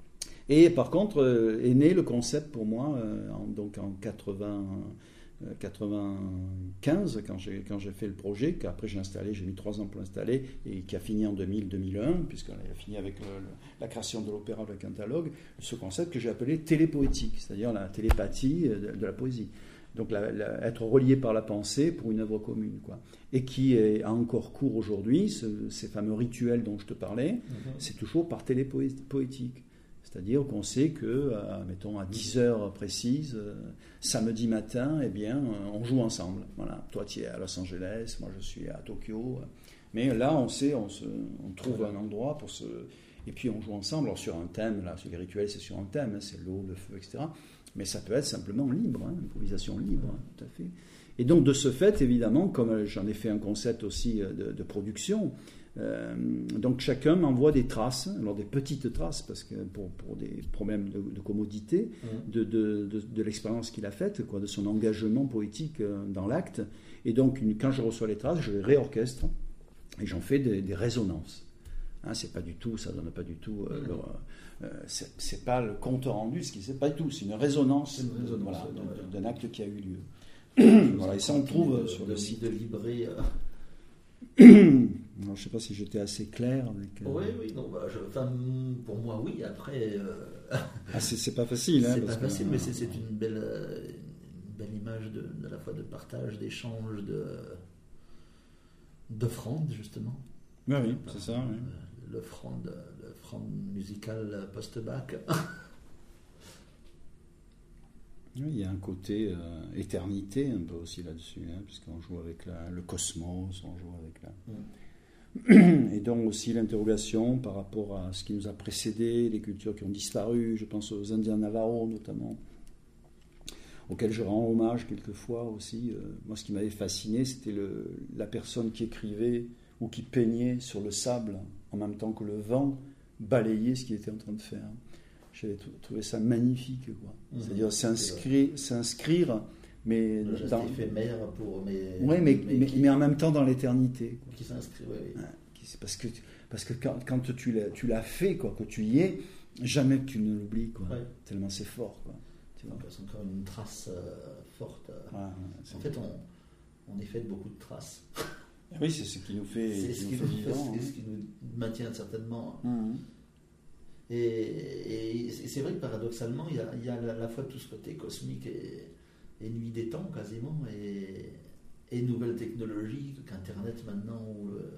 Et par contre, euh, est né le concept pour moi, euh, en, donc en quatre-vingts, euh, quatre-vingt-quinze, quand j'ai, quand j'ai fait le projet, qu'après j'ai installé, j'ai mis trois ans pour l'installer, et qui a fini en deux mille deux mille un, puisqu'on a fini avec le, le, la création de l'opéra de Cantalogue, ce concept que j'ai appelé télépoétique, c'est-à-dire la télépathie de, de la poésie. Donc la, la, être relié par la pensée pour une œuvre commune, quoi. Et qui est, a encore cours aujourd'hui, ce, ces fameux rituels dont je te parlais, mm-hmm. c'est toujours par télépoétique. C'est-à-dire qu'on sait que, euh, mettons, à dix heures précises, euh, samedi matin, eh bien, euh, on joue ensemble. Voilà. Toi, tu es à Los Angeles, moi, je suis à Tokyo. Mais là, on sait, on, se, on trouve un endroit pour se... Et puis, on joue ensemble. Alors, sur un thème, là, sur les rituels, c'est sur un thème, hein, c'est l'eau, le feu, et cetera. Mais ça peut être simplement libre, hein, improvisation libre, hein, tout à fait. Et donc, de ce fait, évidemment, comme j'en ai fait un concept aussi de, de production, Euh, donc chacun m'envoie des traces, alors des petites traces, parce que pour, pour des problèmes de, de commodité, mmh. de, de, de, de l'expérience qu'il a faite, quoi, de son engagement poétique dans l'acte. Et donc une, quand je reçois les traces, je les réorchestre et j'en fais des, des résonances. Hein, c'est pas du tout, ça donne pas du tout. Euh, mmh. le, euh, c'est, c'est pas le compte rendu, ce qui c'est pas du tout, c'est une résonance, une résonance voilà, ouais, d'un, d'un acte qui a eu lieu. Voilà, et ça on trouve de, sur le site de vibrer. Euh... Alors, je ne sais pas si j'étais assez clair. Avec, euh... Oui, oui, non, bah, je, enfin, pour moi, oui. Après, euh... ah, c'est, c'est pas facile. Hein, c'est parce pas facile, que, mais c'est, c'est une belle, une belle image de, de la fois de partage, d'échange, de d'offrande justement. Oui, oui, c'est ça. Oui. L'offrande, l'offrande musicale post-bac. Oui, il y a un côté euh, éternité un peu aussi là-dessus, hein, puisqu'on joue avec la, le cosmos, on joue avec la... Mm. Et donc aussi l'interrogation par rapport à ce qui nous a précédé, les cultures qui ont disparu, je pense aux Indiens Navarros notamment, auxquels je rends hommage quelquefois aussi. Euh, moi, ce qui m'avait fasciné, c'était le, la personne qui écrivait ou qui peignait sur le sable en même temps que le vent balayait ce qu'il était en train de faire. J'avais trouvé ça magnifique, quoi. Mmh. C'est-à-dire s'inscrire, s'inscrire mais le geste dans... éphémère pour mais ouais, mais, mais, mais, qui... mais en même temps dans l'éternité, quoi. Qui s'inscrit, oui. oui. Ouais, parce que parce que quand, quand tu l'as tu l'as fait, quoi, que tu y es, jamais que tu ne l'oublies, quoi. Ouais. Tellement c'est fort, quoi. Tu vois, c'est encore une trace euh, forte. Ouais, ouais, en fait, on on est fait de beaucoup de traces. Oui, c'est ce qui nous fait, c'est qui ce nous qui fait nous vivant. C'est ce qui nous maintient certainement. Mmh. Et, et c'est vrai que paradoxalement, il y a, il y a à la fois tout ce côté cosmique et, et nuit des temps quasiment, et, et nouvelles technologies qu'Internet maintenant euh,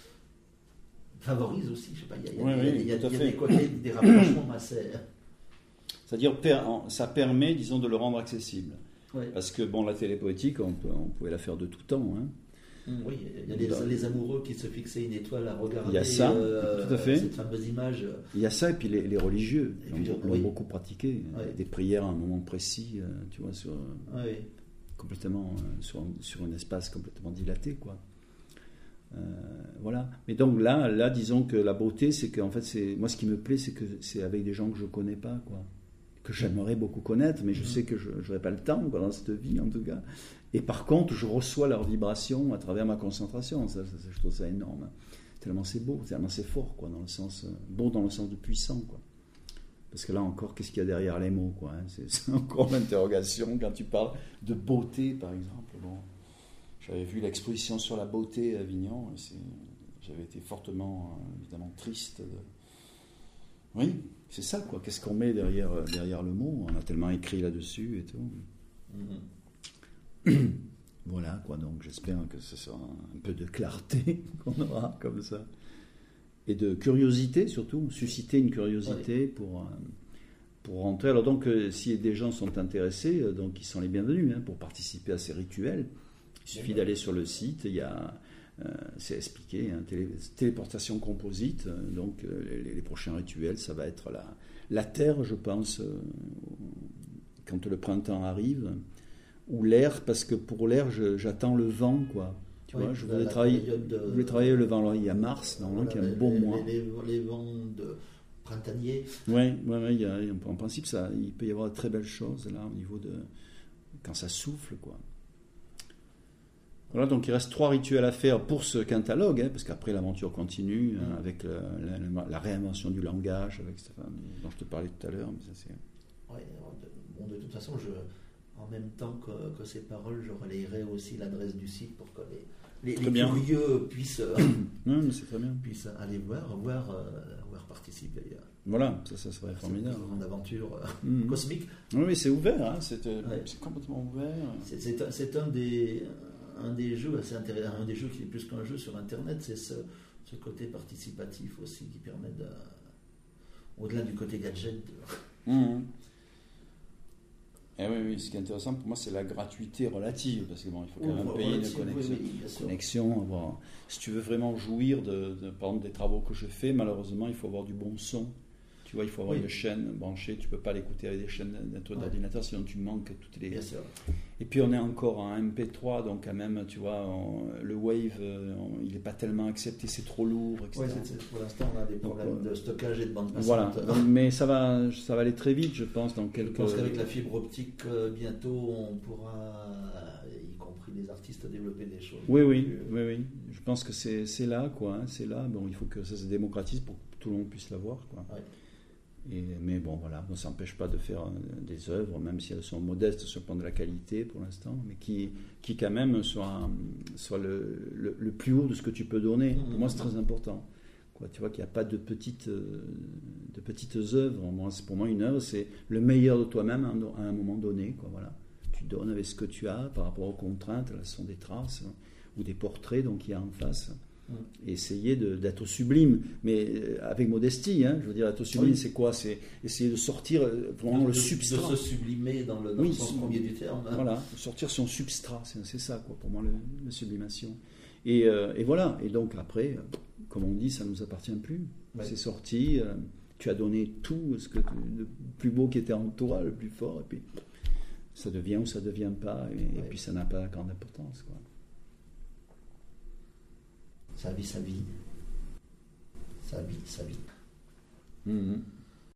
favorise aussi. Je sais pas, il y a, oui, il y a, oui, il y a, tout à il y a fait. des côtés, des rapprochements assez. C'est-à-dire, ça permet, disons, de le rendre accessible. Oui. Parce que bon, la télé poétique, on, peut, on pouvait la faire de tout temps. Hein. Oui, il y a les, les amoureux qui se fixaient une étoile à regarder. Il y a ça, euh, tout à fait. Cette fameuse image. Il y a ça, et puis les, les religieux et puis, l'ont, oui. l'ont beaucoup pratiqué. Oui. Des prières à un moment précis, tu vois, sur, oui. complètement, sur, sur un espace complètement dilaté, quoi. Euh, voilà. Mais donc là, là, disons que la beauté, c'est qu'en fait, c'est, moi, ce qui me plaît, c'est que c'est avec des gens que je ne connais pas, quoi. Que j'aimerais beaucoup connaître, mais je mmh. sais que je n'aurai pas le temps, quoi, dans cette vie, en tout cas. Et par contre, je reçois leurs vibrations à travers ma concentration. Ça, ça, je trouve ça énorme. Tellement c'est beau, tellement c'est fort, quoi, dans le sens, beau dans le sens de puissant, quoi. Parce que là encore, qu'est-ce qu'il y a derrière les mots, quoi, hein, c'est, c'est encore l'interrogation quand tu parles de beauté, par exemple. Bon, j'avais vu l'exposition sur la beauté à Avignon, et c'est, j'avais été fortement, évidemment, triste. De... Oui, c'est ça, quoi. Qu'est-ce qu'on met derrière, derrière le mot ? On a tellement écrit là-dessus et tout. Mm-hmm. Voilà, quoi. Donc, j'espère que ce sera un peu de clarté qu'on aura comme ça. Et de curiosité, surtout. Susciter une curiosité oui. pour, pour rentrer. Alors, donc, euh, si des gens sont intéressés, euh, donc, ils sont les bienvenus hein, pour participer à ces rituels. Il suffit oui. d'aller sur le site. Il y a... Euh, c'est expliqué, hein, télé, téléportation composite, euh, donc euh, les, les prochains rituels, ça va être la, la terre, je pense, euh, quand le printemps arrive, ou l'air, parce que pour l'air, je, j'attends le vent, quoi. Tu oui, vois, je voulais, travailler, de... je voulais travailler le vent, alors il y a mars, normalement, voilà, qui est un beau les, mois. Les, les vents de printanier. Oui, ouais, ouais, il y a, en principe, ça, il peut y avoir de très belles choses, là, au niveau de... quand ça souffle, quoi. Voilà, donc il reste trois rituels à faire pour ce quintalogue, hein, parce qu'après l'aventure continue mmh. hein, avec le, la, la réinvention du langage, avec Stéphane, dont je te parlais tout à l'heure. Mais ça, c'est... Oui, bon, de toute façon, je, en même temps que, que ces paroles, je relayerai aussi l'adresse du site pour que les, les, les curieux puissent, non, mais c'est très bien. puissent aller voir, voir, euh, voir participer. Voilà, ça, ça serait formidable. C'est une grande aventure euh, mmh. cosmique. Oui, mais c'est ouvert, hein, c'est, euh, ouais. c'est complètement ouvert. C'est, c'est, un, c'est un des... Un des jeux assez intéressant, un des jeux qui est plus qu'un jeu sur Internet, c'est ce, ce côté participatif aussi qui permet de, au-delà du côté gadget. De... Mmh. Et oui, oui, ce qui est intéressant pour moi, c'est la gratuité relative, parce que bon, il faut quand même oh, payer une connexion. Oui, oui, connexion avoir... Si tu veux vraiment jouir de, de, par exemple, des travaux que je fais, malheureusement, il faut avoir du bon son. Tu Tu vois, il faut avoir Oui. une chaîne branchée. Tu peux pas l'écouter avec des chaînes d'ordinateur, ouais. sinon tu manques toutes les. Bien sûr. Et puis on est encore en M P trois, donc quand même, tu vois, on, le Wave, on, il n'est pas tellement accepté, c'est trop lourd, et cetera. Oui, c'est, c'est, pour l'instant, on a des problèmes donc, de stockage et de bande passante. Voilà, donc, mais ça va, ça va aller très vite, je pense, dans quelques. Je pense qu'avec la fibre optique, euh, bientôt, on pourra, y compris les artistes, développer des choses. Oui, oui, plus... oui, oui. Je pense que c'est, c'est là, quoi. Hein, c'est là. Bon, il faut que ça se démocratise pour que tout le monde puisse l'avoir, quoi. Ouais. Et, mais bon, voilà, ça n'empêche pas de faire des œuvres, même si elles sont modestes sur le plan de la qualité pour l'instant, mais qui, qui quand même soient, soient le, le, le plus haut de ce que tu peux donner. Mmh. Pour moi, c'est très important. Quoi, tu vois qu'il n'y a pas de petites, de petites œuvres. Moi, c'est, pour moi, une œuvre, c'est le meilleur de toi-même à un moment donné. Quoi, voilà. Tu donnes avec ce que tu as par rapport aux contraintes. Là, ce sont des traces ou des portraits donc, il y a en face. Et essayer de, d'être au sublime, mais avec modestie. Hein, je veux dire, être au sublime, oui. c'est quoi? C'est essayer de sortir vraiment de, le de, substrat. De se sublimer dans le, dans oui, le sens premier du terme. Hein. Voilà, sortir son substrat, c'est, c'est ça, quoi, pour moi, le, la sublimation. Et, euh, et voilà, et donc après, comme on dit, ça ne nous appartient plus. Ouais. C'est sorti, euh, tu as donné tout, ce que tu, le plus beau qui était en toi, le plus fort, et puis ça devient ou ça ne devient pas, et, ouais. et puis ça n'a pas grande importance, quoi. Sa vie, sa vie. Sa vie, sa vie. Mmh.